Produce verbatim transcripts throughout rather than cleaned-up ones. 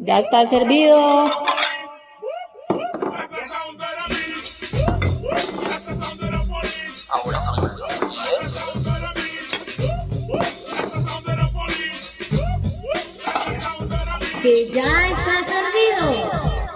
Ya está servido. Que ya está servido.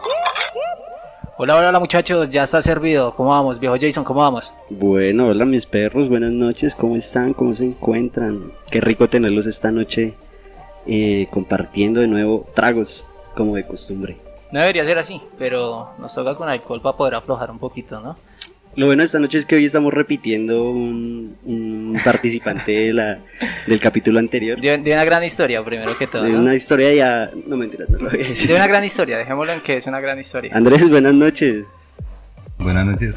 Hola, hola, hola muchachos, ya está servido. ¿Cómo vamos, viejo Jason? ¿Cómo vamos? Bueno, hola mis perros, buenas noches, ¿cómo están? ¿Cómo se encuentran? Qué rico tenerlos esta noche eh, compartiendo de nuevo tragos, como de costumbre. No debería ser así, pero nos toca con alcohol para poder aflojar un poquito, ¿no? Lo bueno de esta noche es que hoy estamos repitiendo un, un participante de la, del capítulo anterior. De, de una gran historia, primero que todo, De ¿no? una historia ya... No, mentiras, no lo voy a decir. De una gran historia, dejémoslo en que es una gran historia. Andrés, buenas noches. Buenas noches.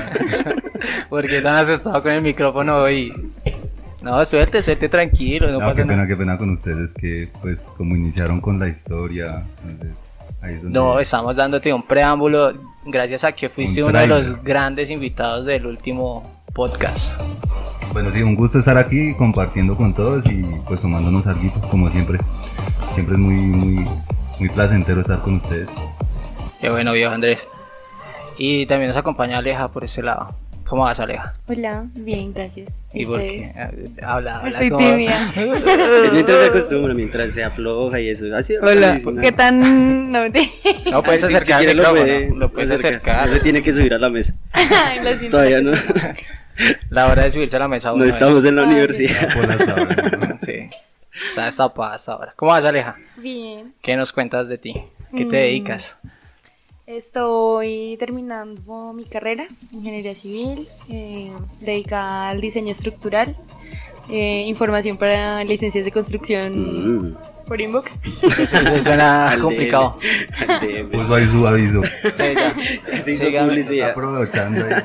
¿Por qué tan asustado con el micrófono hoy? No, suelte, suelte tranquilo, no, No, pasa qué pena, nada. qué pena con ustedes que pues como iniciaron con la historia, entonces ahí es donde... No, estamos dándote un preámbulo gracias a que fuiste Un uno de trailer. los grandes invitados del último podcast. Bueno, sí, un gusto estar aquí compartiendo con todos y pues tomándonos algo como siempre. Siempre es muy, muy, muy placentero estar con ustedes. Qué bueno, viejo Andrés. Y también nos acompaña Aleja por ese lado. ¿Cómo vas, Aleja? Hola, bien, gracias. ¿Y por qué? ¿Ustedes? Habla, habla. Estoy como- tímida. Es mientras se acostumbra, mientras se afloja y eso. Así, Hola. así, no. ¿Qué tan...? No, me No puedes Ah, si- acercar si el quiere lo micrófono, puede- lo puedes acercar. No se tiene que subir a la mesa. Ay, lo siento. Todavía no, La hora de subirse a la mesa. no uno estamos es- en la Ah, universidad. Por las tablas, ¿no? Sí, está destapada hasta ahora. ¿Cómo vas, Aleja? Bien. ¿Qué nos cuentas de ti? ¿Qué te Mm. dedicas? Estoy terminando mi carrera, ingeniería civil, eh, dedicada al diseño estructural, eh, información para licencias de construcción Mm. por inbox. Eso, eso suena Al complicado. D M, al D M. Pues ahí su aviso. Sí, ya. Se hizo Sígame. publicidad. Aprovechando ahí.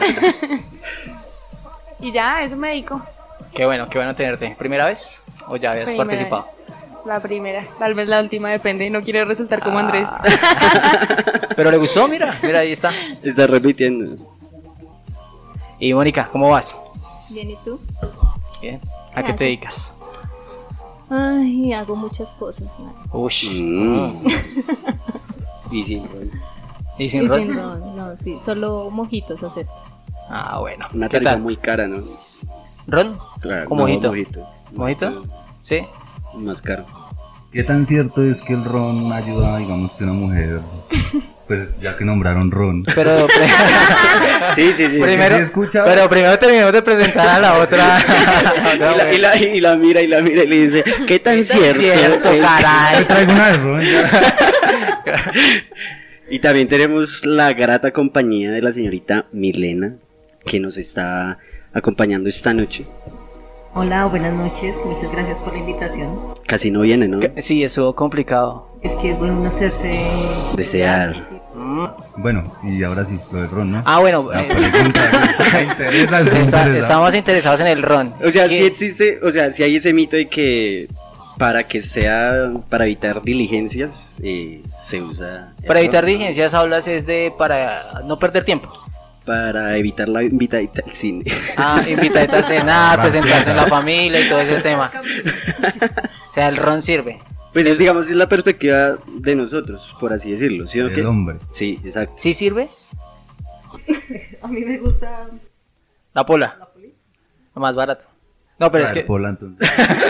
Y ya, a eso me dedico. Qué bueno, qué bueno tenerte. ¿Primera vez? ¿O ya habías Primera participado? vez. La primera, tal vez la última, depende, no quiero resultar como Andrés. Pero le gustó, mira, mira, ahí está. Está repitiendo. Y Mónica, ¿cómo vas? Bien, ¿y tú? Bien. ¿A qué te dedicas? Ay, hago muchas cosas. ¿no? Ush. Mm. Y sí, bueno, ¿Y Y sin ron? sin ron, no, sí, solo mojitos hacer. Ah, bueno. una ¿Qué tarifa tal? muy cara, ¿no? ¿Ron? Claro, ¿O no, mojito? mojito. ¿Mojito? Sí. Más caro. ¿Qué tan cierto es que el ron ayuda, digamos, que una mujer, pues ya que nombraron ron? Pero pre- Sí, sí, sí. primero, sí he escuchado. pero primero terminamos de presentar a la otra. Y la, y, la, y la mira y la mira y le dice, ¿qué tan ¿Qué tan cierto? cierto, es?" caray? Te traigo una de ron ya. Y también tenemos la grata compañía de la señorita Milena, que nos está acompañando esta noche. Hola, buenas noches, muchas gracias por la invitación. Casi no viene, ¿no? Sí, estuvo complicado. Es que es bueno uno hacerse Desear. Mm. Bueno, y ahora sí, lo del ron, ¿no? Ah, bueno, La eh, pregunta, me interesa, me está- interesa. estamos interesados en el ron. O sea, ¿Qué- sí existe, o sea, sí hay ese mito de que para que sea, para evitar diligencias, eh, se usa... el Para evitar ron, ¿no? diligencias hablas es de para no perder tiempo. Para evitar la invitadita al cine. Ah, invitadita a cenar, presentarse en la familia y todo ese tema. O sea, el ron sirve. Pues es, digamos, es la perspectiva de nosotros, por así decirlo, ¿sí o El qué? hombre. Sí, exacto. ¿Sí sirve? A mí me gusta La pola. Lo más barato. No, pero es Ah, el que... pola, entonces.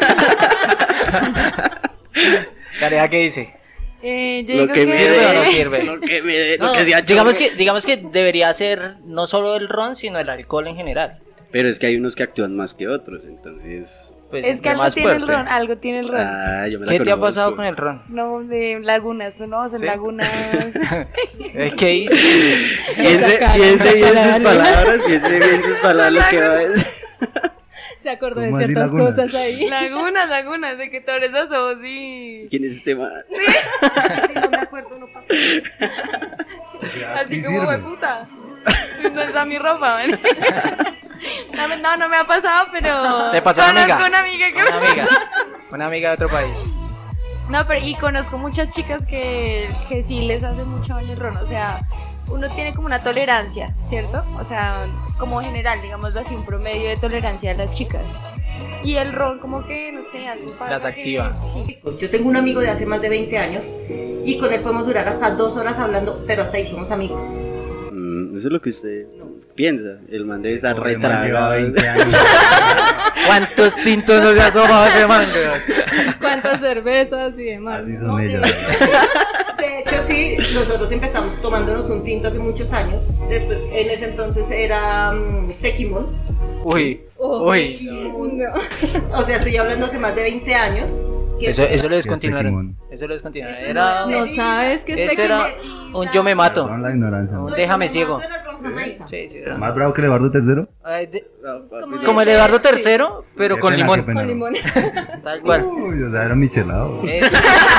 Tarea, ¿qué dice? Eh, yo Lo digo que que... me ¿Sirve dé, o no sirve? Lo que me dé, No, lo que sea digamos chorro. que digamos que debería ser no solo el ron, sino el alcohol en general. Pero es que hay unos que actúan más que otros, entonces... Pues, Es que entre algo más tiene el fuerte. ron, algo tiene el ron. Ah, yo me la ¿Qué te ha conozco. pasado con el ron? No, de lagunas, no, son ¿Sí? lagunas. Eh, ¿Qué hice? Piense, cara, piense esa bien cara, sus ¿no? palabras, piense bien sus palabras lo que va a decir. Se acordó de ¿Cómo así ciertas lagunas? cosas ahí. lagunas, lagunas, de que te abres los ojos y... ¿Quién es este man? No me acuerdo, no pasa. Así sí como sirve. de puta. ¿Dónde está mi ropa, man? No, me- no, no me ha pasado, pero... ¿Le pasó a una amiga? Conozco una amiga que Una amiga. Una amiga de otro país. No, pero y conozco muchas chicas que, que sí les hace mucho daño el ron, o sea, uno tiene como una tolerancia, ¿cierto? O sea, como general, digámoslo así, un promedio de tolerancia de las chicas. Y el ron como que, no sé, algo pasa Las activa. que- sí. Yo tengo un amigo de hace más de veinte años y con él podemos durar hasta dos horas hablando, pero hasta ahí somos amigos. Mm, eso es lo que usted piensa. El man debe estar Pobre man, lleva retragado. veinte años. ¿Cuántos tintos no se ha tomado ese man? ¿Cuántas cervezas y demás? Así No, son de, ellos. de hecho, sí, nosotros empezamos tomándonos un tinto hace muchos años. Después, en ese entonces era um, tequimón. Uy, uy. O sea, estoy hablando hace más de veinte años. que Eso, eso lo Qué descontinuaron. tequimón. Eso lo descontinuaron. Era. No sabes que Ese este era un yo me mato. Perdón la ignorancia. Un ¿no? déjame ciego. Era el ron Jamaica. Sí, sí, era. Más bravo que Leonardo tercero. Ay, de- Como Como el ese- Eduardo sí, tercero, pero Qué con pena, limón. qué pena. Con limón. Tal cual. Uy, o sea, era michelado. Eso.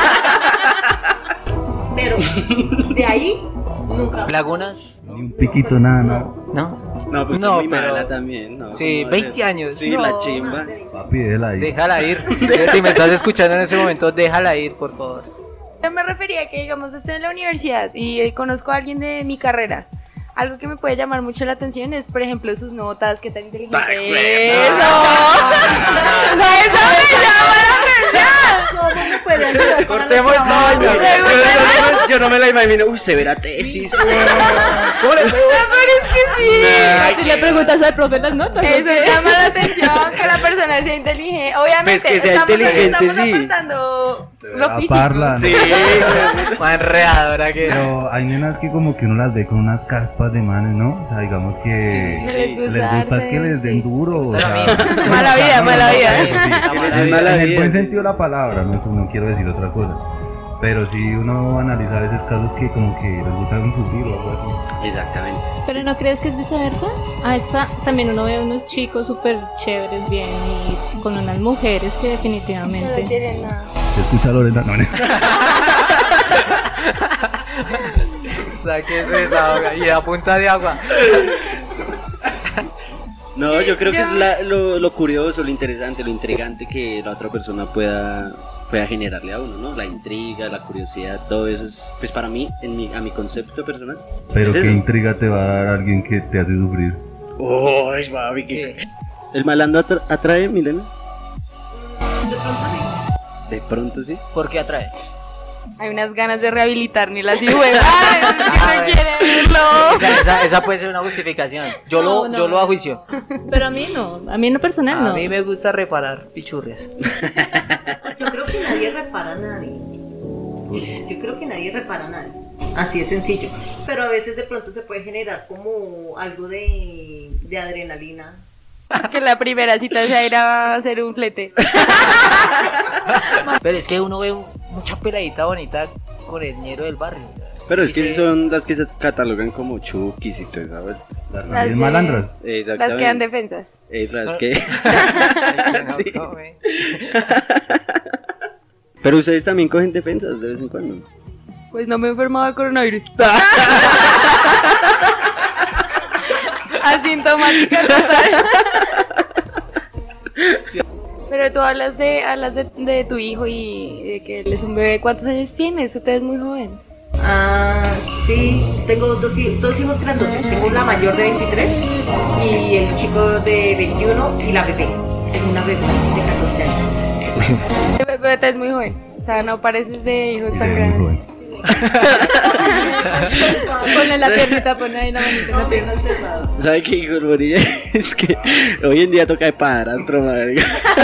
Pero de ahí, nunca. Lagunas, Ni un piquito, nada, nada. ¿no? No, pues No, muy pero- mala también. No, Sí, ¿cómo va a veinte ser? años. Sí, No. la chimba. Papi, déjela ahí. Déjala ir. Si me estás escuchando en ese momento, déjala ir, por favor. Yo me refería a que, digamos, estoy en la universidad y eh, conozco a alguien de mi carrera. Algo que me puede llamar mucho la atención es, por ejemplo, sus notas, qué tan inteligente Ay, es. güey, ¡No! ¡No, eso me llama la atención! ¿Cómo me puede ayudar con Cortemos los esta vaina. trabajos? Yo, yo no me- yo no me la imagino. Uy, severa tesis. güey. ¿Cómo le No, pero es que sí. Si le preguntas al profe las notas. Eso ¿ok? llama la atención, que la persona sea inteligente. Obviamente, Pues que sea estamos, inteligente, estamos sí. aportando Te lo verá físico. parla, ¿no? Sí, güey. Más enredadora que. Pero hay nenas que como que uno las ve con unas caspas de manes, ¿no? O sea, digamos que No les les gusta gusta es que les den sí. duro. o Esa es la sea, mía. Mala vida, mala vida. Sí, La que mala les den vida. mala en el vida, buen sí. sentido de la palabra, no, eso no quiero decir otra cosa. Pero si uno analiza a veces casos que como que les gusta un sufrir o algo así. Exactamente. Pero ¿no crees que es viceversa? A esta también uno ve unos chicos súper chéveres, bien, y con unas mujeres que No definitivamente... tienen nada. ¿Se escucha Lorena? No, no. Sáquese esa hoja y a punta de agua. No, yo creo que Yo- es la- lo, lo curioso, lo interesante, lo intrigante que la otra persona pueda, pueda generarle a uno, ¿no? La intriga, la curiosidad, todo eso es, pues para mí, en mi, a mi concepto personal. Pero ¿Es qué eso? intriga te va a dar alguien que te hace sufrir. Uy, mami, que... Sí. ¿El malandro atra- atrae, Milena? De pronto sí. ¿Por qué atrae? Hay unas ganas de rehabilitar ni las higüeras. Ay, es que Ah, no quiere verlo. Esa, esa, esa puede ser una justificación. Yo No, lo, no. yo lo ajuicio. Pero a mí no, a mí en lo personal no. A mí me gusta reparar pichurrias. Yo creo que nadie repara a nadie. Yo creo que nadie repara a nadie. Así es sencillo. Pero a veces de pronto se puede generar como algo de, de adrenalina. Que la primera cita sea ir a hacer un flete. Pero es que uno ve mucha peladita bonita con el ñero del barrio. Pero es que Dice- son las que se catalogan como chukis y todo, ¿sabes? Las Las Bien de- malandras. Exactamente. Las que dan defensas. Eh, las No. que... Ay, que no Sí. come. Pero ustedes también cogen defensas de vez en cuando. Pues no me he enfermado de coronavirus. Asintomática total. Pero tú hablas de hablas de, de tu hijo y de que él es un bebé. ¿Cuántos años tienes? Usted es muy joven. Ah, sí, tengo dos, hi- dos hijos grandotes. Tengo la mayor de veintitrés y el chico de veintiuno y la bebé. Tengo una bebé de catorce años. Pero tú es muy joven. O sea, no pareces de hijos Sí, tan muy grandes. joven. Ponle la piernita, ponle ahí la manita en la pierna. ¿Sabe qué, hijo Morilla? Es que hoy en día toca de padrastro, madre.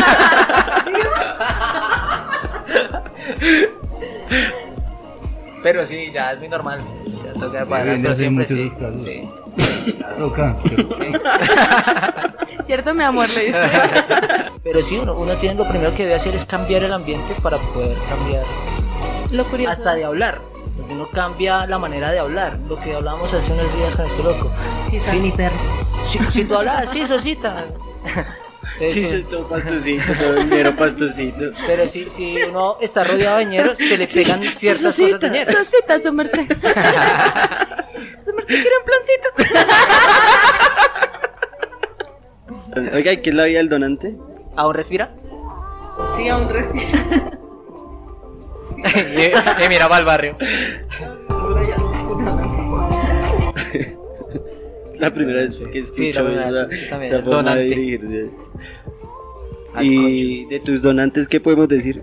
Pero sí, ya es muy normal. Ya toca de Sí, padrastro ya sé siempre, muchos sí. esos casos. Sí, Ya toca. sí. ¿Cierto, mi amor? Le dice. Pero sí, uno, uno tiene lo primero que debe hacer es cambiar el ambiente para poder cambiar Lo curioso. hasta de hablar. Porque uno cambia la manera de hablar. Lo que hablábamos hace unos días con este loco. Sí, Sí. mi perro. Si, si tú hablas así, Sosita. Sí, Sí, sí, todo pastocito, todo ñero pastocito. Pero si, si uno está rodeado de ñeros, se le pegan ciertas cosas de ñeros. Sosita, su merced. Su merced quiere un plancito. Oiga, ¿y qué es la vida del donante? ¿Aún respira? Sí, aún respira. y, y mira va al barrio. La primera vez que escucho Sí, la primera esa, vez, también, esa el forma de donante. dirigirse. Al Y de tus donantes, ¿qué podemos decir?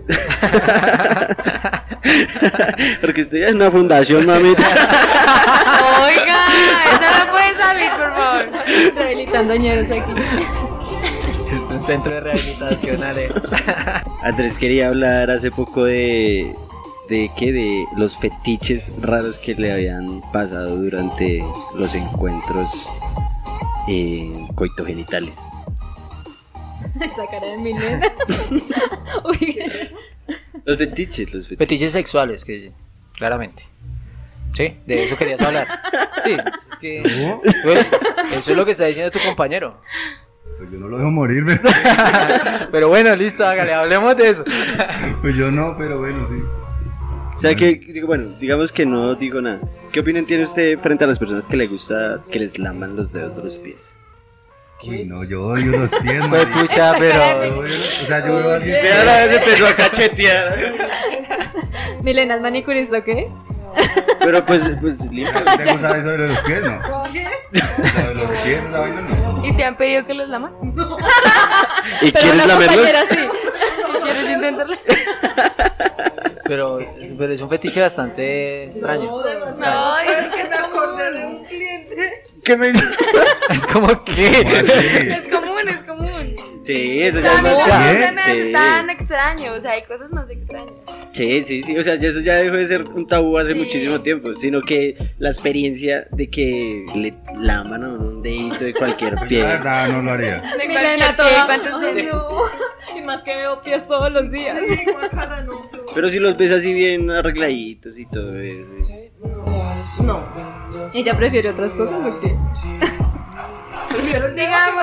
Porque usted ya es una fundación, mamita. Oiga, esa no puede salir, por favor. Rehabilitando ñeros aquí. Es un centro de rehabilitación, Ale. Andrés quería hablar hace poco de... ¿De qué? De los fetiches raros que le habían pasado durante los encuentros eh, coitogenitales. Esa cara de Milena. Uy. Los fetiches, los fetiches. Fetiches sexuales, que claramente. Sí, de eso querías hablar. Sí, es que pues, eso es lo que está diciendo tu compañero. Pues yo no lo dejo morir, ¿verdad? Pero bueno, listo, hágale, hablemos de eso. Pues yo no, pero bueno, sí. O sea que, digo, bueno, digamos que no digo nada. ¿Qué opinión tiene usted frente a las personas que le gusta que les laman los dedos de los pies? Uy, no, yo odio los pies, Pues marica. pucha, Yo pero... odio- O sea, yo veo a alguien Vea, la vez empezó a cachetear. Milena es manicurista, ¿o qué? Pero pues, pues limpio. ¿Te gusta eso de los pies, no? Lo de los pies, esa vaina no. ¿Y te han pedido que los laman? ¿Y Pero quieres una lamerlos? compañera sí. ¿Quieres intentarlo? Pero, pero es un fetiche bastante extraño. No, dicen que es común. ¿Qué me dice? Es como que... Sí. Es común, es común. Sí, eso O ya sea, es a mí más... no ¿Qué? se me hace Sí. tan extraño, o sea, hay cosas más extrañas. Sí, sí, sí, o sea, ya eso ya dejó de ser un tabú hace Sí. muchísimo tiempo, sino que la experiencia de que le laman a uno un dedito de cualquier pie. La verdad, no lo haría. De Milena cualquier toda. pie, ¿cuántos Ay, dedos? no. Y más que veo pies todos los días. Pero si los ves así bien arregladitos y todo eso. No. ¿Ella prefiere otras cosas o qué? Digamos,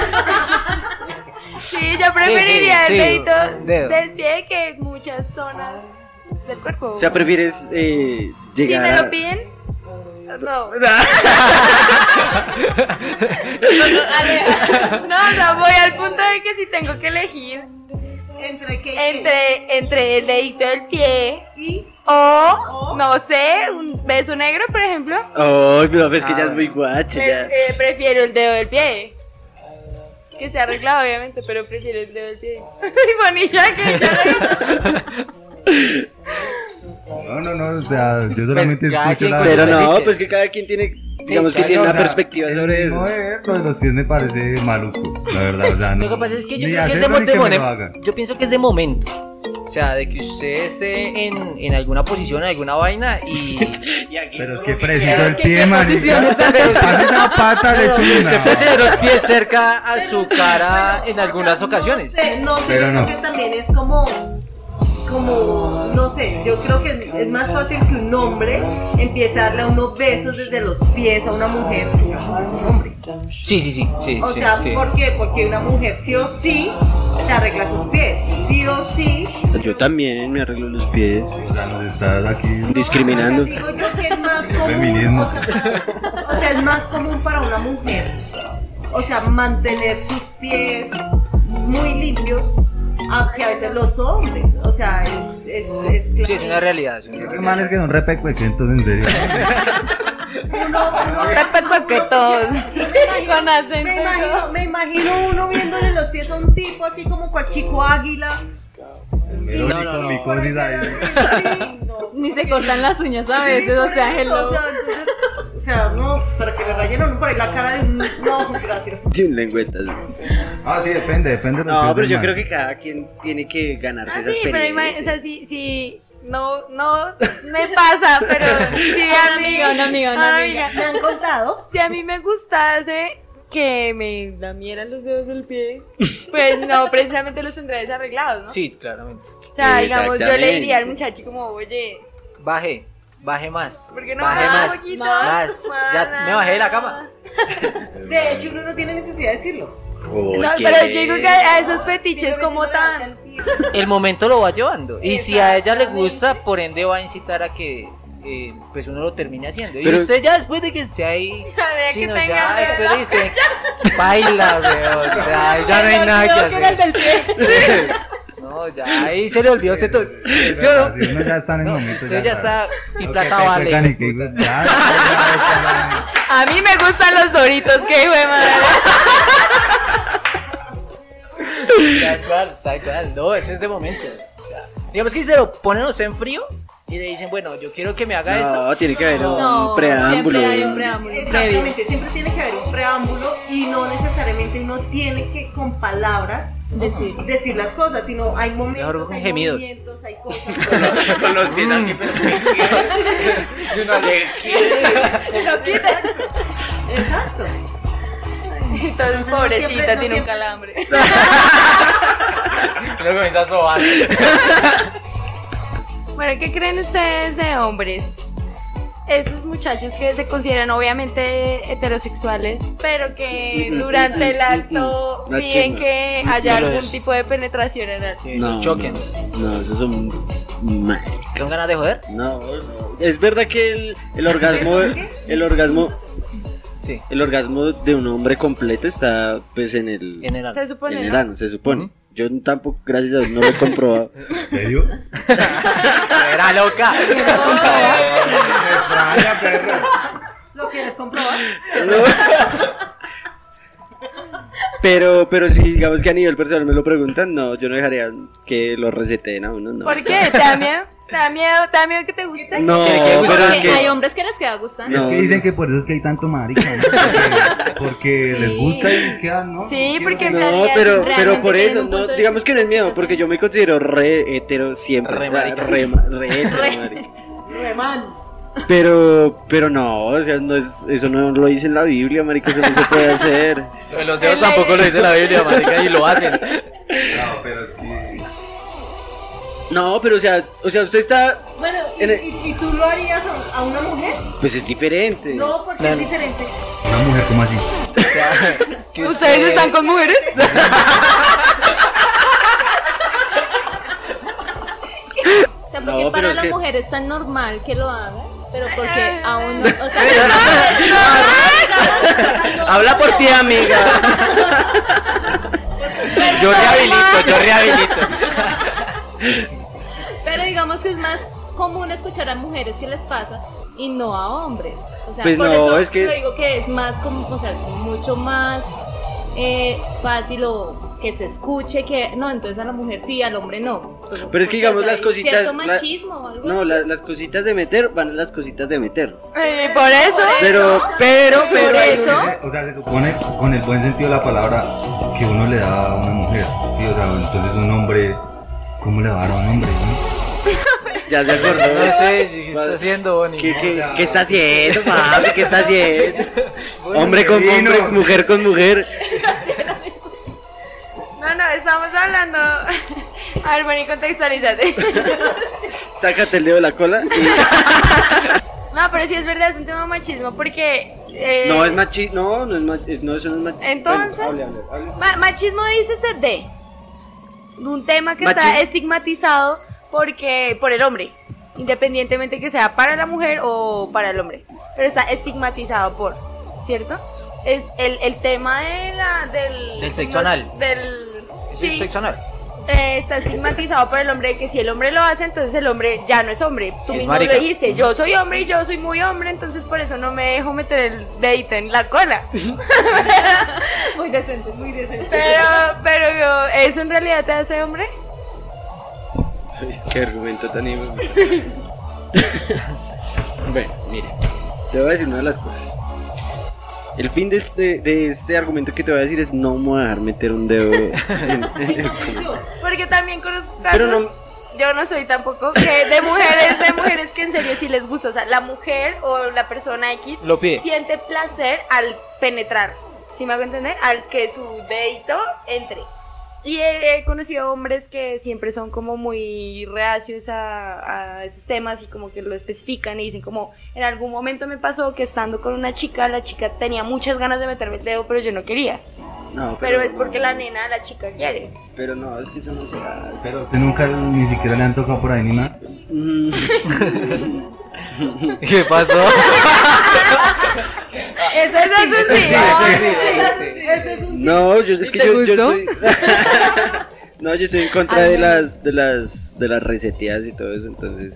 sí, yo preferiría sí, el sí, dedito un dedo. del pie que muchas zonas del cuerpo. O sea, prefieres eh, si llegar me a... lo piden, no. No, no, voy al punto de que si tengo que elegir ¿Entre qué? entre, entre el dedito del pie Y o, no sé, un beso negro, por ejemplo, Ay, pero es que ya Ah, es muy guache, me- ya. eh, prefiero el dedo del pie. Que esté arreglado, obviamente, pero prefiero el dedo del pie. Y Bonilla, que ya le- No, no, no, o sea, yo solamente cada escucho quien la... con Pero sus no, fetiches. pues que cada quien tiene, digamos que cada tiene uno, una o sea, perspectiva El sobre mismo eso. de ver, lo de los pies me parece maluco, la verdad, o sea, no. Lo que pasa es que yo ni creo que es de, hacerlo mo- ni de que me mone- lo hagan. Yo pienso que es de momento. O sea, de que usted esté en, en alguna posición, en alguna vaina y... Y aquí Pero es como que que preciso Pero es el que pie, qué posición marica. está Pero Hace una pata de usted puede tener chuna. los pies cerca a su cara en algunas ocasiones. No sé, no sé, Pero yo no. creo que también es como, como, no sé, yo creo que es, es más fácil que un hombre empiece a darle unos besos desde los pies a una mujer que a un hombre. Sí, sí, sí, sí, O sí, sea, sí. ¿por qué? Porque una mujer sí o sí se arregla sus pies, sí o sí. yo también me arreglo los pies. O sea, nos estás aquí... Discriminando. O sea, digo yo que es más común, Feminismo. o sea, o sea, es más común para una mujer, o sea, mantener sus pies muy limpios a que a veces los hombres, o sea, es, es, es Sí, es una realidad. Es una Hay realidad. manes que son repecuecentos, en serio. Respeto que todos. Con Me acento. imagino, me imagino uno viéndole los pies a un tipo así como cual chico águila. No, no, no. Micosis ahí. Sí, no. Ni se cortan las uñas a veces, o sea, hello. O sea, entonces, o sea, no, para que le rayen a uno por ahí la cara de un... No, gracias. Sin lengüetas. Ah, sí, depende, depende de los No, pies pero del yo man. creo que cada quien tiene que ganarse Ah, esa sí, pero experiencia. ima- o sea, si, si no, no me pasa, pero si a Una mí, amiga, una amiga, una amiga. Me han contado. si a mí me gustase que me lamieran los dedos del pie, pues no, precisamente los tendré desarreglados, ¿no? Sí, claramente. O sea, digamos, yo le Exactamente. diría al muchacho como, oye, Baje, baje más. ¿por qué no Baje más, más, poquito? más. Ya me bajé de la cama. De hecho, uno no tiene necesidad de decirlo. No, Porque- pero yo digo que a esos fetiches como tan... El momento lo va llevando. Y si a ella le gusta, por ende va a incitar a que eh, pues uno lo termine haciendo. Y Pero- usted ya después de que esté ahí, de si que no, tenga ya dedo. después de que esté baila, weón. O sea, ahí ya no hay nada que hacer. No, ya ahí se le olvidó ese todo. ¿Sí o no? Si uno ya está en el No, momento. usted ya está y Ok, plata te vale. tocan y que- ya, ya, ya, A mí me gustan los doritos, que hijo de madre. Tal cual, tal cual. No, ese es de momento. O sea, digamos que si se lo ponen a usted en frío y le dicen, bueno, yo quiero que me haga eso. No, tiene que haber No, un preámbulo. siempre hay un preámbulo previo. Exactamente, siempre tiene que haber un preámbulo y no necesariamente uno tiene que con palabras Decir. decir las cosas, sino hay momentos, Mejor con hay gemidos. movimientos, hay cosas. Con los pies aquí, pero y uno le Lo quita. Exacto. Entonces, no pobrecita, siempre- no tiene un siempre- calambre. Luego comienza a sobar. Bueno, ¿qué creen ustedes de hombres? Esos muchachos que se consideran obviamente heterosexuales, pero que durante el acto Una piden chimba. que haya No lo algún es. tipo de penetración en el... No, choquen. No, no, esos son mal. ¿Con ganas de joder? No, no. Es verdad que el, el orgasmo, el orgasmo, Sí. el orgasmo de un hombre completo está pues en el, En el ano. Se supone, en el ¿no? ano, se supone. Ujú. Yo tampoco, gracias a Dios, no lo he comprobado. ¿En serio? Era loca. ¿Lo quieres comprobar? Pero, pero si digamos que a nivel personal me lo preguntan, no, yo no dejaría que lo reseten a uno, no. ¿Por qué? ¿Te da miedo? ¿Te da miedo? ¿Te da miedo que te guste? No, Que le quede pero gustando. es que Hay hombres que les queda gustando. No, es que dicen que por eso es que hay tanto marica, ¿no? Porque, porque Sí. les gusta y quedan, ¿no? Sí, No porque quiero- en no, realidad pero, realmente pero por tienen eso, un punto no, de digamos que no es miedo, excitación. porque yo me considero re hetero siempre. Re o sea, marica. Re, ma- re hetero, Re. marica. Remán. Pero, pero no, o sea, no es, eso no lo dice en la Biblia, marica, eso no se puede hacer. Lo de los dedos tampoco lo dice la Biblia, marica, y lo hacen. No, pero sí. No, pero o sea, o sea, usted está, Bueno, ¿y, En el- y- y tú lo harías a, a una mujer? pues es diferente. No, porque No, es no. diferente. Una mujer como así. O sea, que ¿Ustedes usted- están con mujeres? O sea, porque No, pero para es la que- mujer es tan normal que lo haga, pero porque a uno, o sea, Habla por ti, amiga. Yo rehabilito, yo rehabilito. pero digamos que es más común escuchar a mujeres que les pasa y no a hombres. O sea, Pues por no, eso es que- lo digo que es más como, o sea, mucho más eh, fácil o que se escuche que no, entonces a la mujer sí, al hombre no. Pero es que porque, digamos o sea, las hay cositas. cierto la- machismo o algo no, así. la- las cositas de meter van a las cositas de meter. Eh, por eso. Pero, pero, Por pero. hay- eso. O sea, se supone con el buen sentido de la palabra que uno le da a una mujer. Sí, o sea, entonces un hombre, ¿cómo le va a dar a un hombre? ¿no? Ya se acordó. No sé, ¿qué está haciendo, Bonnie? ¿Qué, qué, qué está haciendo, papi? ¿Qué está haciendo? Hombre con vino. hombre, mujer con mujer. No, no, estamos hablando. A ver, Bonnie, contextualízate. Sácate el dedo de la cola. y- No, pero sí es verdad, es un tema de machismo porque. eh, No, es machi. No, no es machi. No, eso no es machi. Entonces- Bueno, hable, hable, hable. ma- machismo dícese de un tema que está Machi- estigmatizado porque por el hombre, independientemente que sea para la mujer o para el hombre, pero está estigmatizado por, ¿cierto? Es el, el tema de la, del... Del sexo anal. Del... ¿Es Sí, el sexo anal? eh, está estigmatizado por el hombre de que si el hombre lo hace, entonces el hombre ya no es hombre. Tú Es mismo marica. lo dijiste, yo soy hombre y yo soy muy hombre, entonces por eso no me dejo meter el dedito en la cola. Muy decente, muy decente. Pero, pero yo, ¿eso en realidad te hace hombre? Ay, qué argumento tan hijo. Bueno, mire. Te voy a decir una de las cosas. El fin de este, de este argumento que te voy a decir es no me voy a dejar meter un dedo en, en el culo. Porque también conozco casos, Pero no- yo no soy tampoco, que de mujeres, de mujeres que en serio sí les gusta, o sea, la mujer o la persona X Lo pide. siente placer al penetrar, ¿sí me hago entender? Al que su dedito entre. Y he, he conocido hombres que siempre son como muy reacios a, a esos temas y como que lo especifican y dicen como, en algún momento me pasó que estando con una chica, la chica tenía muchas ganas de meterme el dedo, pero yo no quería. No, Pero es porque la nena, la chica quiere. Pero no, es que eso no se hace. Pero usted nunca ni siquiera le han tocado por ahí ni nada. Mm. ¿Qué pasó? Eso es eso sí. sí, eso sí, Eso es un... No, yo es que ¿Te yo, yo gustó? estoy. No, yo estoy en contra de las de las de las reseteadas y todo eso, entonces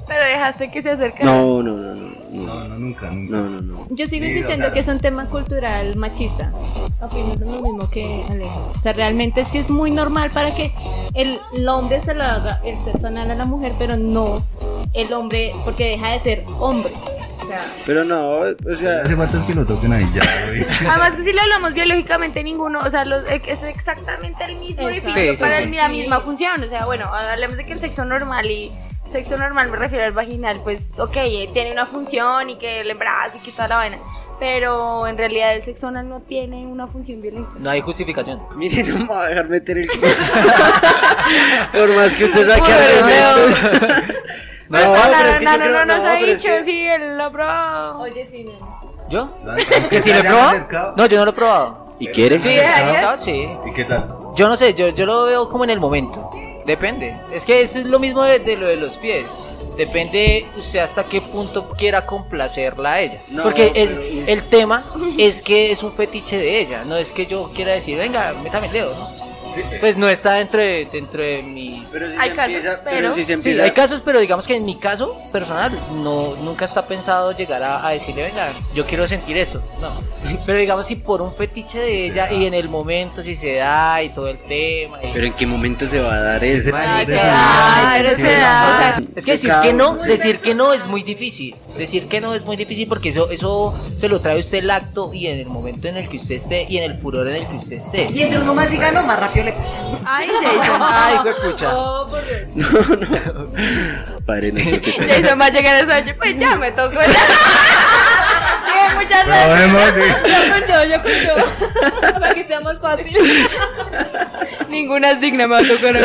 Pero dejaste que se acercara. No, no, no, no. No, No, no, nunca, nunca. no, no. no. Yo sigo Sí, insistiendo claro. que es un tema cultural machista. Opino lo mismo que Alejo. O sea, realmente es que es muy normal para que el, el hombre se lo haga el sexo anal a la mujer, pero no el hombre, porque deja de ser hombre. O sea, Pero no, o sea, Hace falta es que lo toquen ahí ya, güey. Además que si lo hablamos biológicamente ninguno, o sea, los- es exactamente el mismo Exacto. edificio Sí, sí, para sí. el- la Sí. misma función. O sea, bueno, hablemos de que el sexo normal y sexo normal me refiero al vaginal, pues ok, eh, tiene una función y que el embarazo y que toda la vaina. Pero en realidad el sexo anal no tiene una función biológica. No hay justificación. miren, no me va a dejar meter el culo. Por más que usted saque Joder, argumentos. No, No, Nano, pero es que yo Nano creo- no nos no, ha pero es dicho, que- sí, él lo probó. oye, sí, nena. ¿Yo? ¿Lo han- ¿Que si lo he ¿Se han probado? acercado? No, yo no lo he probado. ¿Y quiere? Sí, ¿Sí, he Ariel? acercado, sí. ¿Y qué tal? Yo no sé, yo, yo lo veo como en el momento. Depende. Es que eso es lo mismo de, de lo de los pies. Depende usted hasta qué punto quiera complacerla a ella. No, Porque el, pero- el tema es que es un fetiche de ella. No es que yo quiera decir, venga, métame el dedo, ¿no? Pues no está dentro de, dentro de mis... Pero si Hay se casos, empieza, pero- pero si se Sí, empieza. hay casos, pero digamos que en mi caso personal no nunca está pensado llegar a, a decirle, venga, yo quiero sentir eso. No. Pero digamos si por un fetiche de ella y en el momento si se da y todo el tema. y- Pero en qué momento se va a dar eso. Ay, se qué da, ay, pero sí, se da, no. o sea, Es que decir que no, decir que no es muy difícil. Decir que no es muy difícil porque eso, eso se lo trae usted el acto y en el momento en el que usted esté y en el furor en el que usted esté. Y entre uno más diga no, más rápido le pasa. Ay, Jason. Ay, güey, pucha. Oh, por Dios. No, no. Padre nuestro que está en Jason va a llegar a esa noche, pues ya me tocó. Tiene muchas veces. Probemos, sí. Yo con yo, yo con yo. Para que sea más fácil. Ninguna es digna, me va a tocar.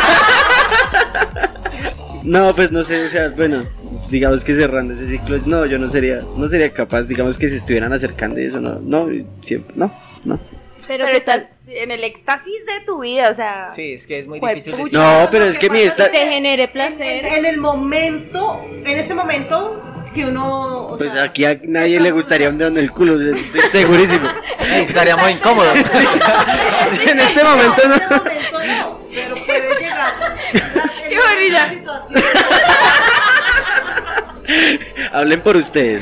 No, pues no sé, o sea, bueno, digamos que cerrando ese ciclo, no, yo no sería, no sería capaz, digamos que se estuvieran acercando y eso, no, no, siempre, no, no. Pero, Pero que estás estás en el éxtasis de tu vida, o sea. Sí, es que es muy Jue- difícil pucha. decir. No, pero es que mi esta, te genere En, placer. en el momento, en ese momento que uno. O pues sea, aquí a nadie le gustaría un dedo en el culo, o sea, estoy segurísimo. Ey, estaríamos incómodos. En este momento en no. ese momento no, pero puede llegar. Qué bonita. Hablen por ustedes.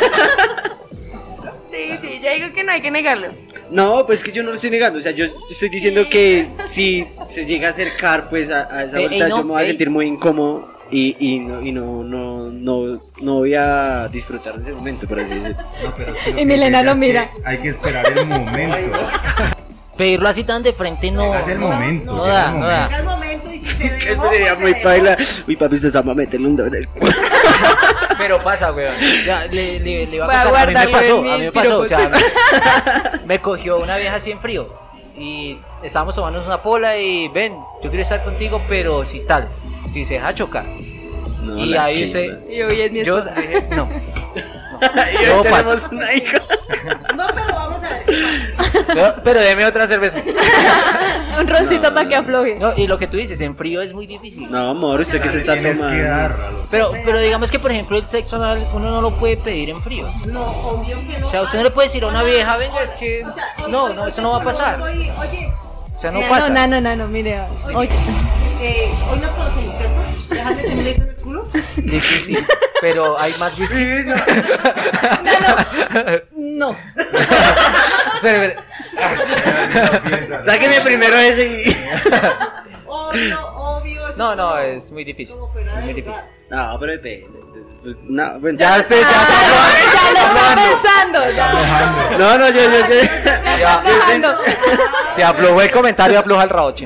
Sí, sí, ya digo que no hay que negarlo. No, pues que yo no lo estoy negando, o sea, yo estoy diciendo que si se llega a acercar pues a, a esa Ey, vuelta ey, no, yo me voy a ey. sentir muy incómodo y, y, no, y no, no, no, no voy a disfrutar de ese momento, por así decirlo. No, pero sí, Y Milena lo mira. Hay que esperar el momento. Pedirlo así tan de frente no. Llega el no, momento. No llega da, el no momento. da. Llega el momento y si se Es que dejó, esto sería pues muy se paila. dejó. Uy, papi, usted se va a meterle un dedo en el culo. Pero pasa, weón. Ya, le, le, le iba Voy a a contar. A mí me guardarlo pasó, en a mí mis me pasó. O sea, piropos. me cogió una vieja así en frío. Y estábamos tomando una pola y ven, yo quiero estar contigo, pero si tal, si se deja chocar. No, Y la ahí chimba. se. Y hoy es mi Yo esposa. dije, no. Y No hoy pasa. tenemos una hija. No, pero vamos a ver qué pasa. Pero, pero deme otra cerveza. Un roncito para que afloje. No, y lo que tú dices, en frío es muy difícil. No, amor, usted que se está Tienes que tomando. darlo. Pero, pero digamos que, por ejemplo, el sexo anal uno no lo puede pedir en frío. No, obvio que no. O sea, usted no le puede decir a una vieja, venga, es que. O sea, oye, No, oye, no, oye, eso no va a pero pasar. Oye, oye, O sea, no No, pasa. no, no, no, no, mire. Oye. eh, hoy nos conocemos, ¿cierto? Déjame tener un dedo en el culo. Difícil. Pero hay más whisky. No, no. No. Espere, espere. Sáqueme primero ese y. Obvio, obvio. No, no, como- es muy difícil. como fuera de Muy lugar. difícil. No, pero depende. No, bueno. Ya sé, ya Ya lo está pensando. Ya. No, no, yo, yo, yo. sé. Ya, Dejando. se aflojó el comentario, afloja el raoche.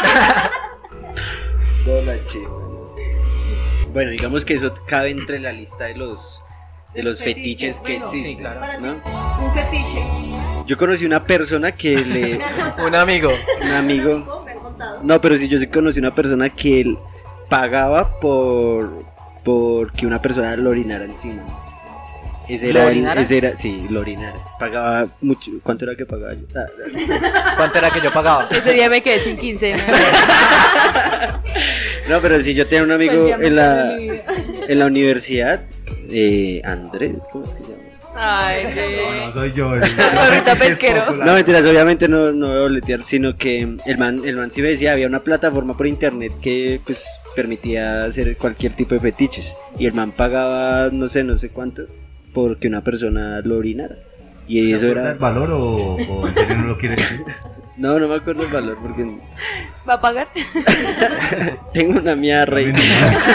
No, la chimba. Bueno, digamos que eso cabe entre la lista de los de los fetiches que Bueno, existen, sí, claro. Para ti, ¿no? un fetiche. Yo conocí una persona que le, Me han contado. Un amigo. un amigo, Me han contado. no, pero sí yo sí conocí una persona que él pagaba por por que una persona lo orinara encima. Ese ¿Lo era, el- orinara? ese era, sí, lo orinara. Pagaba mucho. ¿Cuánto era que pagaba yo? Ah, ah. ¿Cuánto era que yo pagaba? Ese día me quedé sin quince. No, pero sí, yo tenía un amigo Fue el día en más la feliz de mi vida. en la universidad, eh, Andrés, ¿cómo se llama? Ay, No, sí. no soy yo. el- Ahorita pesquero. popular. No, mentiras, obviamente no, no voy a boletear, sino que el man, el man sí me decía, había una plataforma por internet que pues permitía hacer cualquier tipo de fetiches. Y el man pagaba no sé, no sé cuánto, porque una persona lo orinara. Y eso ¿El era... valor o, o en serio no lo quiere decir? No, no me acuerdo el valor, porque ¿Va a pagar? tengo una mía rey. A mí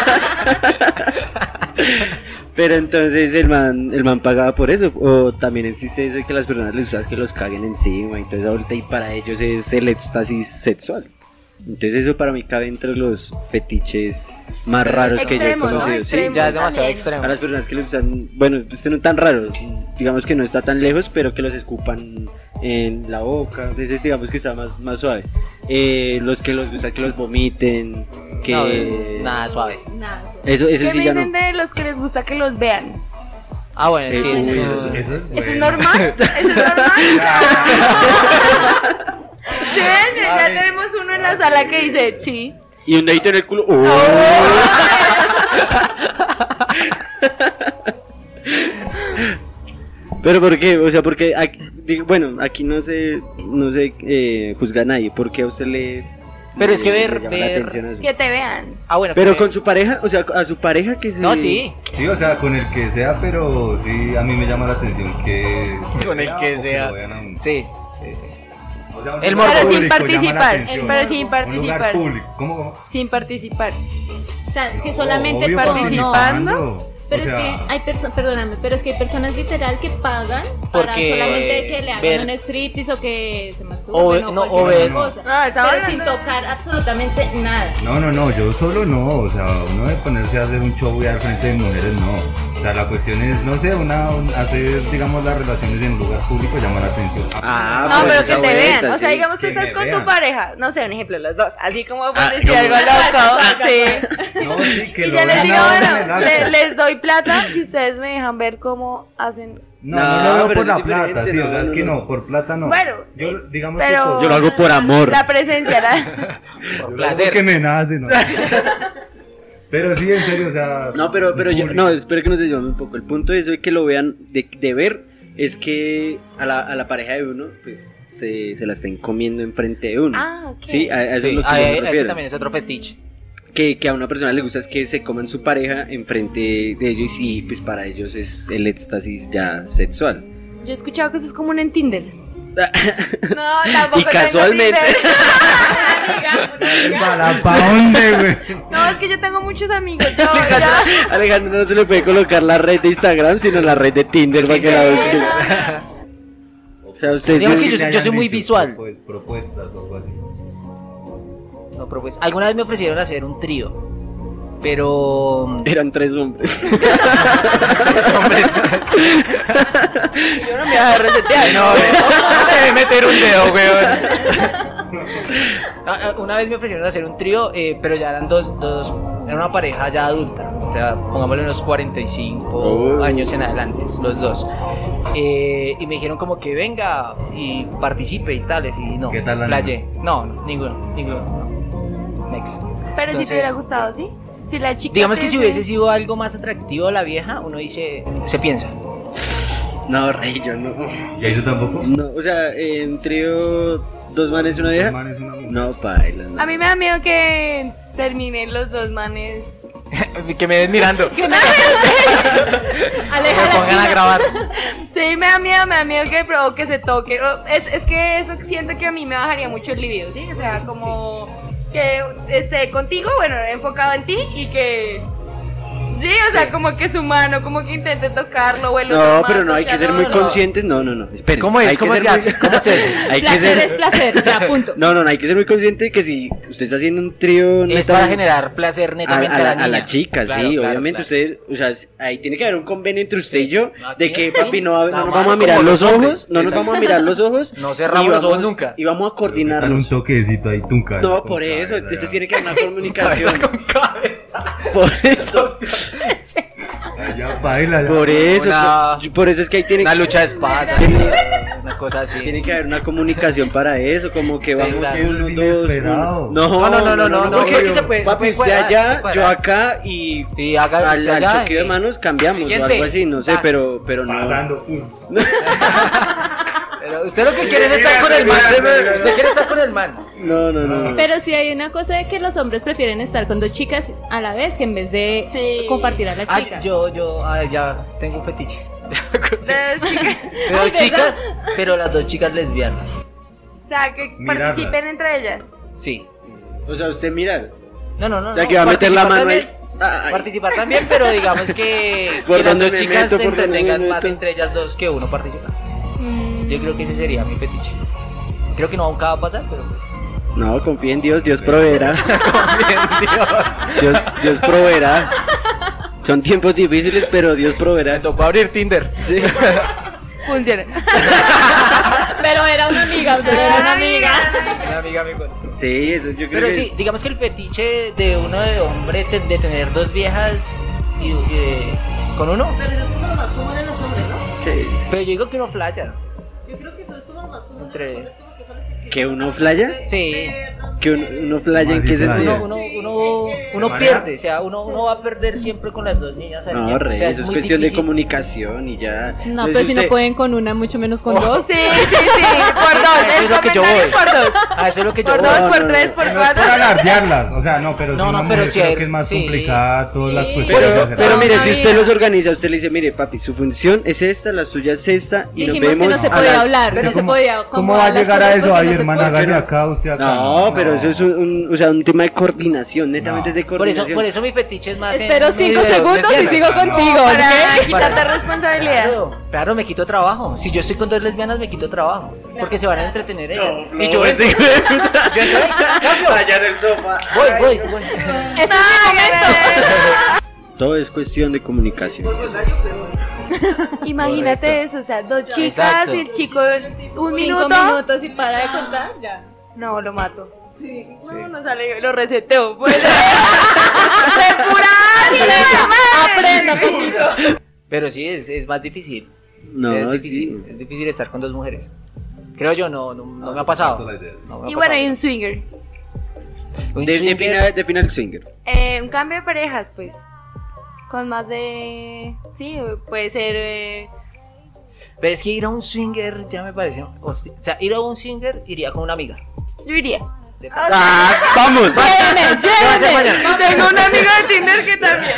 Pero entonces el man, el man pagaba por eso. O también existe eso de que a las personas les gusta que los caguen encima y toda esa vuelta, y para ellos es el éxtasis sexual. Entonces eso para mí cabe entre los fetiches más raros que yo he Extremos, ¿no? conocido. Sí, Extremos. Ya es demasiado También. extremo. a las personas que les gustan, bueno, este no es tan raro, digamos que no está tan lejos, pero que los escupan en la boca, ese digamos que está más, más suave. Eh, los que les gusta que los vomiten, que... No, es nada suave. Nada. Eso, eso ¿Qué sí me ya no. dicen de los que les gusta que los vean? Ah, bueno, Eh, sí, uy, eso, Eso, eso es ¿Eso es bueno. normal? ¿Eso es normal? ¿Sí ven? Ya tenemos uno en la sala que dice, sí. Y un dedito en el culo. ¡Oh! Pero ¿por qué? O sea, porque aquí, digo, bueno, aquí no se no se eh, juzga a nadie. ¿Por qué a usted le? Pero es que le- ver- le llama la ver- atención eso? Que te vean. Ah, bueno. Pero que- con su pareja, o sea, a su pareja que se. No, sí. Sí, o sea, con el que sea, pero sí, a mí me llama la atención que... Con el que o sea. lo vean a uno. Sí, sí, sí. O sea, un El lugar morbo. Pero sin público llama la participar, atención. pero sin Un lugar participar. público, ¿cómo? cómo? Sin participar. O sea, que solamente Obvio, con- participando. no. Pero O sea, es que hay personas, perdóname, pero es que hay personas literal que pagan para Porque solamente que le hagan ver- un striptease o que se O masturben ve- o, no, o cualquier ver- cosa. No, estaba pero sin hablando- tocar absolutamente nada. No, no, no, yo solo no, o sea, uno de ponerse a hacer un show y al frente de mujeres no. O sea, la cuestión es, no sé, una, un- hacer, digamos, las relaciones en un lugar público llama la atención. Ah, No, pues pero esa que te vuelta, vean. O sea, sí. digamos que Que estás me con tu vean. pareja. No sé, un ejemplo, los dos. Así como por Ah, decir no. algo loco. Sí. No, sí, que Y lo ya les vean digo, ahora en el bueno, acto. le- les doy plata si ustedes me dejan ver cómo hacen. No, No, no lo veo pero por es la plata, diferente, sí, o no, sea, es no, que no. no, por plata no. Bueno, yo, eh, digamos pero- que por, Yo lo hago por amor. La presencia, la... yo lo hago placer. porque me nace, ¿no? Pero sí, en serio, o sea... No, pero, pero yo, público. no, espero que nos desviamos un poco. El punto de eso de que lo vean, de, de ver, es que a la, a la pareja de uno, pues, se, se la estén comiendo enfrente de uno. Ah, ok. Sí, a, a eso Sí, es lo que a- yo me ese refiero. también es otro fetiche. Que, que a una persona le gusta es que se coman su pareja enfrente de ellos, y pues para ellos es el éxtasis ya sexual. Yo he escuchado que eso es común en Tinder. No, tampoco Y casualmente. tengo Tinder. ¿Para pa' dónde, güey? No, es que yo tengo muchos amigos. Yo, yo... Alejandro no se le puede colocar la red de Instagram, sino la red de Tinder para que la busquen. O sea, ustedes Digamos no- que yo soy- hayan soy muy dicho visual. propu- Propuestas o algo así. No, pero pues, alguna vez me ofrecieron hacer un trío. Pero. eran tres hombres. Tres hombres. Yo no me voy a resetear. No, no debe meter un dedo, weón. Ah, Una vez me ofrecieron hacer un trío, eh, pero ya eran dos, dos, era una pareja ya adulta, o sea, pongámosle unos cuarenta y cinco Oh. años en adelante, los dos. Eh, y me dijeron como que venga y participe y tales, y no, ¿Qué tal la playé. No, no, ninguno, ninguno. no. Next. Pero si Entonces, te hubiera gustado, ¿sí? Si la chica. Digamos te que si dice- hubiese sido algo más atractivo a la vieja, uno dice, se piensa. No, rey, yo no. ¿Y eso tampoco? No, o sea, en trío, dos manes y una Dos vieja. manes, una mujer. No, paila, no. A mí me da miedo que terminen los dos manes. Que me den mirando. Que me Aleja la pongan a esquina. grabar. Sí, me da miedo, me da miedo que provoque, se toque. O- Es, es que eso siento que a mí me bajaría mucho el libido, ¿sí? O sea, como que esté contigo, bueno, enfocado en ti y que. Sí, o sea, como que su mano, como que intente tocarlo o el otro No, más, pero no, o hay sea, que ser no, muy no. conscientes. No, no, no, esperen. ¿Cómo es? Hay que ¿Cómo ser se muy- hace? ¿Cómo se hace? Hay que Placer ser. es placer, ya, punto. No, no, no, hay que ser muy consciente de que si usted está haciendo un trío Es neta- para generar placer a, netamente a a, la, la, a la niña. chica, Claro, sí, claro, obviamente claro. usted, o sea, ahí tiene que haber un convenio entre usted y yo, No, de aquí, que aquí, papi no, va- la no nos mano vamos a mirar como los los hombres. ojos, no nos Exacto. vamos a mirar los ojos, No cerramos y los ojos vamos- nunca. y vamos a Dar un coordinarnos. toquecito ahí, tunca. No, por eso, entonces tiene que haber una comunicación, Cabeza con cabeza. por eso. Ya baila. ya. Por eso, Una- por- por eso es que ahí tiene Una que, lucha de espadas, Tiene- una cosa así. tiene que haber una comunicación para eso, como que Sí, vamos claro. uno, Eso es dos, inesperado. uno. No, No, no, no, no, no, no, porque porque se puede- se papi, puede usted cuadrar, se allá, puede yo cuadrar. acá y Y haga al, usted al allá choque y- de manos cambiamos o Siguiente. algo así, no sé, Ah. pero, pero no. Pasando, pum. Pero usted lo que quiere es estar con el man. Usted quiere estar con el man. No, no, no. no. Pero sí hay una cosa de que los hombres prefieren estar con dos chicas a la vez que en vez de Sí. compartir a la Ah, chica. yo, yo, ah, ya tengo un fetiche. Las chicas- Pero Ay, ¿verdad? chicas, pero las dos chicas lesbianas. O sea, que Mirarlas. participen entre ellas. Sí. O sea, usted mirar. No, no, no. O sea, no, que va a meter la participar mano ahí. también, Ay. Participar también, pero digamos que, ¿Por que las dónde dos me chicas meto? se ¿Por dónde me entretengan más meto? entre ellas dos que uno participa. Mm, Yo creo que ese sería mi fetiche. Creo que no nunca va a pasar, pero pues. No, confía en Dios, Dios proveerá. Confía en Dios. Dios, Dios proveerá. Son tiempos difíciles, pero Dios proveerá. Me tocó abrir Tinder. Sí. Funciona. Pero era una amiga, pero era una amiga. Una amiga me contó. Sí, eso yo creo Pero que sí, digamos que el fetiche de uno de hombre te- de tener dos viejas y, eh, con uno. Pero eso es como lo más común en los hombres, ¿no? sí. Pero yo digo que uno playa. Yo creo que eso es como lo más común Entre- en los hombres, como que solo se ¿Que uno flaya? Sí. ¿Que uno, uno flaya en qué Más sentido? Uno, uno, uno, uno ¿Manera? pierde, o sea, uno, uno va a perder siempre con las dos niñas al No, tiempo, re, o sea, eso es muy cuestión de difícil. comunicación y ya. No, Entonces pero si no usted- pueden con una, mucho menos con dos. Sí, sí, sí. Por dos. Eso es El lo que yo comentario voy. por dos. Ah, eso es lo que yo Por voy. dos, No, por no, tres, no. por No es por cuatro. alardearlas, o sea, no, pero No, si no, una pero mujer si creo hay- que es más sí. complicada todas las Sí. cuestiones. Pero, de hacer pero No, mire, no si había. usted los organiza, usted le dice, mire, papi, su función es esta, la suya es esta, y Dijimos nos que vemos no se a podía las- hablar, Pero no se ¿cómo- podía. ¿Cómo como va a las llegar a cosas eso? porque Ay, no se hermana, puede. hágase acá, usted acá. No, pero eso es un, un- o sea, un tema de coordinación, netamente No. es de Por eso, coordinación. por eso mi fetiche es más en- Espero cinco en- segundos y lesbianas. sigo Ah, no. contigo. Para ¿ok? quitarte responsabilidad. Claro, claro, me quito trabajo. Si yo estoy con dos lesbianas, me quito trabajo. Porque se van a entretener ellas. No, y yo no, entro, ese hijo de puta. yo entro, ¡ay, cambio! Allá en el sofá. Voy, voy, voy. Este es mi momento. Todo es cuestión de comunicación. Imagínate eso, o sea, dos chicas Exacto. y el chico un Cinco minuto. minutos y para de contar, ya. No, lo mato. No, no sale, lo reseteo. Pues. Aprenda poquito. Pero sí, es, es más difícil. No, O sea, es sí. difícil, es difícil estar con dos mujeres. Creo yo, no, no, no me ha pasado. No me ha Y bueno, pasado. y un swinger. Un De, swinger- defina, defina el swinger. Eh, un cambio de parejas, pues. Con más de. Sí, puede ser. eh, Pero es que ir a un swinger ya me parece. O sea, ir a un swinger iría con una amiga. Yo iría. De- ¡Ah, vamos! ¿Qué va a hacer mañana? Tengo un amigo de Tinder que también.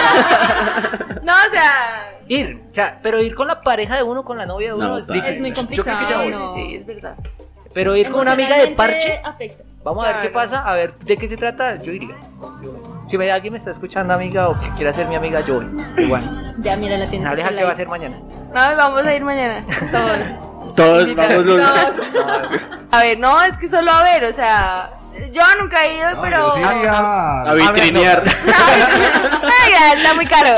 No, o sea. Ir, o sea, pero ir con la pareja de uno, con la novia de uno, No, es pa. difícil. Es muy Yo creo que ya complicado, voy. no. Sí, es verdad. Pero ir con una amiga de parche, Afecta. vamos a ver qué Claro. pasa, a ver de qué se trata, yo iría. Yo- si me, alguien me está escuchando, amiga, o que quiera ser mi amiga, yo voy. Igual. Ya, mira, la tienes. Aleja, por ¿qué la- va a hacer mañana? No, vamos a ir mañana. Todos. Todos vamos los... A ver, no, es que solo a ver, o sea. Yo nunca he ido, No, pero. yo sí iría- A vitrinear. Ay, ya, está muy caro.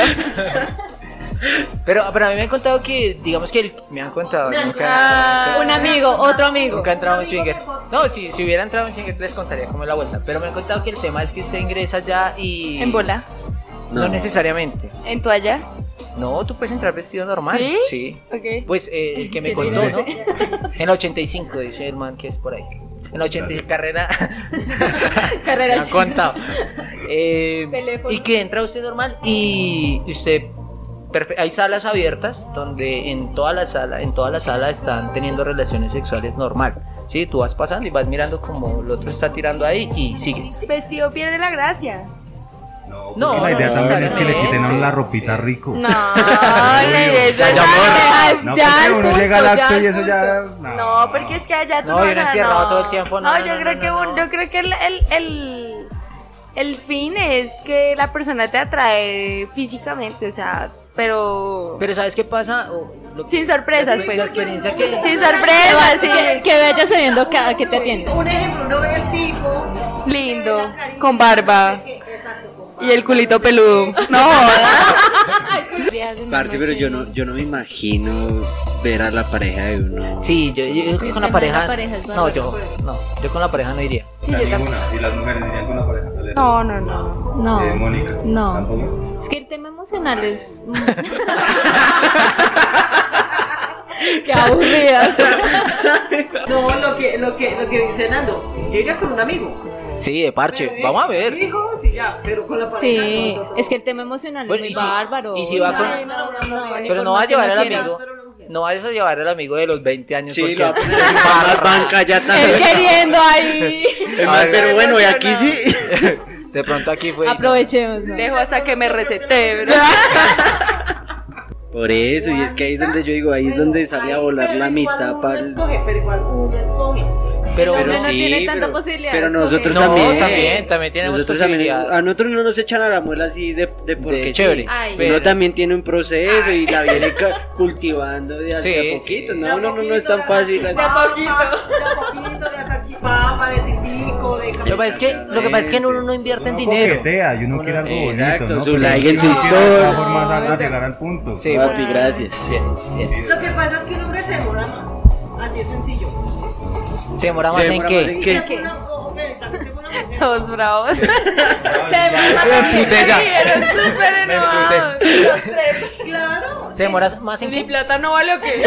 Pero, pero a mí me han contado que, digamos que el- me han contado, Ah. nunca, Un amigo, otro amigo. nunca he entrado en swinger. No, si, si hubiera entrado en swinger les contaría cómo es la vuelta. Pero me han contado que el tema es que usted ingresa ya y... En bola. No, No. necesariamente. En toalla. No, tú puedes entrar vestido normal. ¿Sí? Sí. Ok. Pues eh, el que me contó, ¿no? En ochenta y cinco, dice el man que es por ahí. En ochenta y cinco, carrera. Carrera me han chica. contado. Eh, Teléfono. y que entra usted normal y usted. perfe- Hay salas abiertas donde en toda la sala, en toda la sala están teniendo relaciones sexuales normal. Sí, tú vas pasando y vas mirando como el otro está tirando ahí y sigues. Vestido pierde la gracia. No, Porque la idea no también es que le necesariamente. quiten a uno la ropita rico. No, la idea es Ya, ya, esa- No, Ya, porque al uno punto, llega al ya acto al y eso punto. ya. No, porque es que allá tú No, no, yo vas no a- enfierrado no. todo el tiempo, no, No, no, yo no, creo no, que no. un- yo creo que el, el, el, el fin es que la persona te atrae físicamente, o sea, pero, Pero ¿sabes qué pasa? O lo que- sin sorpresas, la, pues. la experiencia que... Sin sorpresas, sí. Que, que vayas sabiendo cada que te atiendes. Un ejemplo, uno ve el tipo Lindo, con barba y el culito peludo. No jodas. Parce, pero yo no, yo no me imagino ver a la pareja de uno. Sí, yo, yo creo que con la tema de pareja... la pareja es no, bárbaro. yo no, yo con la pareja no iría. Sí, yo tampoco. Y las mujeres dirían con la pareja. No, no, no. No. Eh, Mónica. No. ¿Tampoco? Es que el tema emocional es. Qué aburrida. No, lo que, lo que, lo que dice Nando, llega con un amigo. Sí, de parche. Vamos a ver. Hijos y ya, pero con la pareja. Sí, nosotros- es que el tema emocional Bueno, es y muy si- bárbaro. y si va o sea, con- no, no, no, ni Pero por no va a más que llevar uno al quiera. amigo. No vayas a llevar al amigo de los veinte años Sí, porque lo va a es poner en la banca ya Él también. queriendo ahí. Es más, pero bueno, y aquí sí. de pronto aquí fue. Aprovechemos. ¿no? Dejo hasta que me recete, ¿verdad? Por eso, y es que ahí es donde yo digo, ahí es donde sale a volar la amistad para el... Escoge, pero igual uno escoge. Pero, El hombre Pero no sí, tiene tanta pero- posibilidad. pero de nosotros escoger. no, también. también, también, tenemos Nosotros también, posibilidad. a nosotros no nos echan a la muela así de, de porque de sí. chévere. Ay. pero- Uno también tiene un proceso y la viene ca- cultivando de a, Sí, de a poquito. sí. No, no, no, no es tan fácil. De a poquito. De a poquito, de salchipapa, de tipico, de Lo que pasa es que, lo que, pasa es que uno no invierte en Uno dinero. coquetea y uno quiere algo bonito, Exacto, ¿no? su Pero like en uno su quiere de story. todas formas a- a llegar al punto. Sí, Papi, gracias. Bien, bien. Lo que pasa es que un hombre se demora más. Así es sencillo. ¿Se demora más ¿Se en demora qué? más en qué? Una- ok, también tengo una mujer. Todos bravos. Se demora Me emputé ya. Sí, eres súper Me enojados. Los tres. Claro. ¿Se demora más en Mi qué? plata no vale o qué.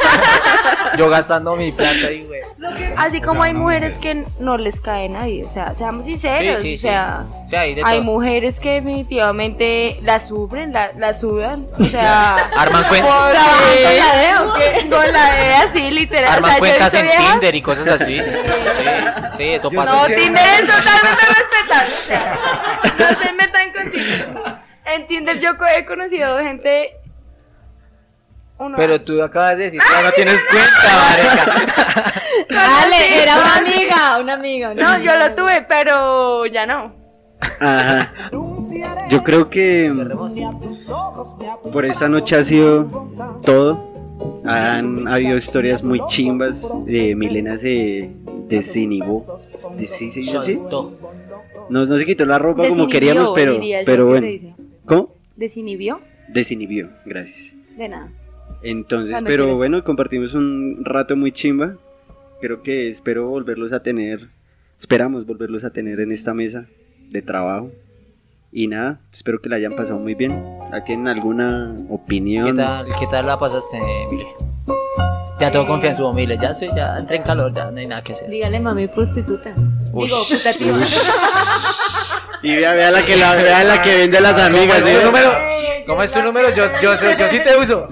Yo gastando mi plata ahí, güey. Así como hay mujeres que no les cae nadie, o sea, seamos sinceros, Sí, sí, o sea, sí. O sea, hay de hay todo. mujeres que definitivamente la sufren, la, la sudan, o sea, Arman cuentas. por- ¿Trabajan con la D o qué? con la D así literal, Arman o sea, yo he cuentas visto en viejas- Tinder y cosas así. Sí, sí, eso Yo pasa. No, Sí, Tinder es totalmente respetable, o sea, no se metan con Tinder. En Tinder yo co- he conocido gente. Uno, Pero tú acabas de decir que ya no tienes cuenta, marica. Dale, era una amiga, una amiga. una no, amiga. yo lo tuve, pero ya no. Ajá. Yo creo que Cerremos. por esta noche ha sido todo. Han habido historias muy chimbas. Eh, Milena se desinhibó. ¿Sí, sí, sí, sí? Soltó. No, no se quitó la ropa como Desinhibió, queríamos, pero, diría yo pero que bueno. se dice. ¿Cómo? ¿Desinhibió? Desinhibió, gracias. De nada. Entonces, Cuando pero quieras. bueno, compartimos un rato muy chimba. Creo que espero volverlos a tener, esperamos volverlos a tener en esta mesa de trabajo. Y nada, espero que la hayan pasado muy bien. ¿Tienen alguna ¿Qué opinión? tal, ¿Qué tal la pasaste, Mile? Ya tengo confianza en su Mile. Ya soy, ya entré en calor, ya no hay nada que hacer. Dígale mami prostituta. Ush. Digo, putativa. Y vea, vea la que la, vea la que vende a las ¿Cómo amigas. es ¿sí? tu número? ¿Cómo es tu número? Yo, yo, soy- yo sí te uso.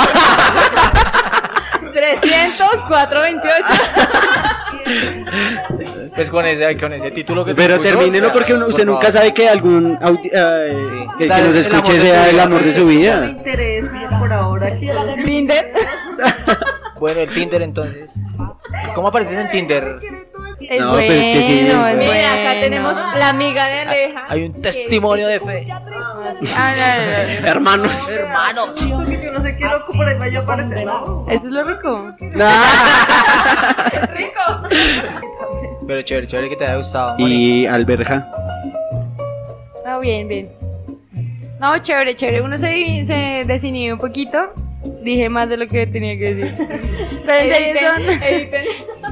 trescientos, cuatrocientos veintiocho. Pues con ese, con ese título que te Pero puso, termínelo o sea, porque uno- por usted nunca favor. sabe que algún audi- eh, Sí. que, que Tal nos vez el amor escuche de tu sea el vida, amor de su No me vida. interesa por ahora. quiero- Tinder. Bueno, el Tinder entonces. ¿Cómo apareces en Tinder? Es No, bueno, pero es que sí, es es bueno. Mira, acá tenemos la amiga de Aleja. Hay un testimonio de fe. Ah, no, no, no. Hermanos. Hermanos. Porque yo no sé qué loco por ahí vaya a aparecer. ¿no? Eso es lo rico. Pero chévere, chévere que te haya gustado. Y Alberja. No, bien, bien. No, chévere, chévere. Uno se, se desinhibió un poquito. Dije más de lo que tenía que decir. Pero en serio son... Editen.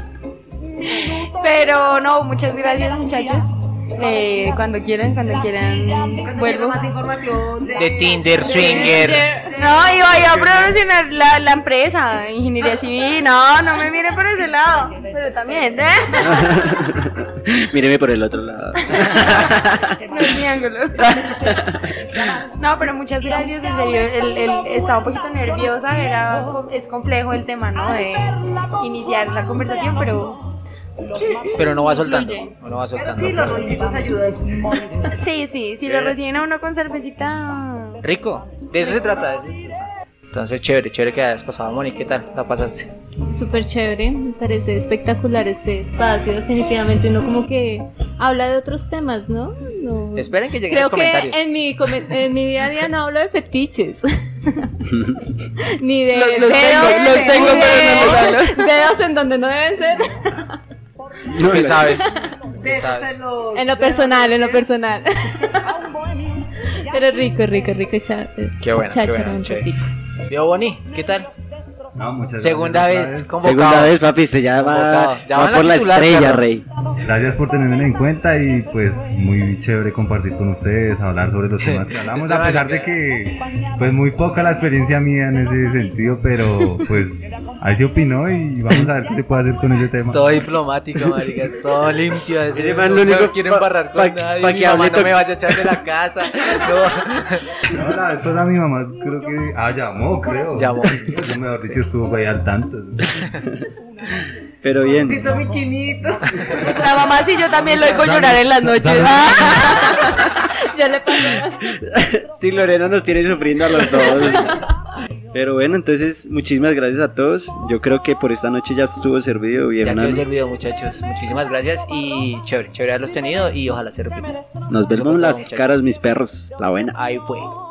Pero no, muchas gracias, muchachos. Eh, cuando quieran, cuando quieran, Cuando vuelvo. quiera más información de, De Tinder, Swinger. No, iba, iba a promocionar la, la empresa, ingeniería civil. No, no me miren por ese lado. Pero también, ¿eh? Míreme por el otro lado. No es mi ángulo. No, pero muchas gracias, en serio. El, el, estaba un poquito nerviosa, era, es complejo el tema, ¿no? De iniciar la conversación, pero Pero no va soltando. No va Pero soltando. sí, los roncitos ayudan. sí, sí, si lo reciben a uno con cervecita. Rico. De eso se trata. de eso se trata. Entonces, chévere, chévere que hayas pasado, Moni. ¿Qué tal? ¿La pasaste? Súper chévere, me parece espectacular este espacio. Definitivamente uno como que habla de otros temas, ¿no? No. Esperen que lleguen Creo los comentarios. que en mi, come- en mi día a día no hablo de fetiches. Ni de Los- los dedos, tengo, los tengo, ni pero no los hablo. de dedos en donde no deben ser. ¿Qué sabes? ¿Qué Besos sabes? en los- En lo personal, en lo personal. Pero rico, rico, rico. Cha, Qué bueno, qué cháchara bueno, un chévere. ratico. Yo, Boni, ¿qué tal? No, muchas Segunda gracias vez otra convocado. Segunda vez, papi, usted ya va, Convocado. Ya va va la por la titular, estrella, perro. rey. Gracias por tenerme en cuenta y pues muy chévere compartir con ustedes, hablar sobre los temas que hablamos, a pesar de que pues muy poca la experiencia mía en ese sentido, pero pues ahí se opinó y vamos a ver qué se puede hacer con ese tema. Todo diplomático, marica, todo limpio. Ese Ese man no, lo único no quiere pa- embarrar pa- con nadie. pa Mi que mamá hable no to- me vaya a echar de la casa. No. No, la vez pasada mi mamá creo que, ah, llamó, creo. Llamó. Yo, mejor dicho, estuvo ahí al tanto. Pero bien. Tito, mi chinito. La mamá sí, yo también lo oigo llorar en las noches. Ah. Yo le paso más. Sí, Lorena nos tiene sufriendo a los dos. Pero bueno, entonces muchísimas gracias a todos. Yo creo que por esta noche ya estuvo servido bien. Ya ¿no? quedó servido, muchachos. Muchísimas gracias y chévere, chévere haberlos tenido y ojalá se repita. Nos Eso fue vemos todo, las muchachos. caras, mis perros. La buena. Ahí fue.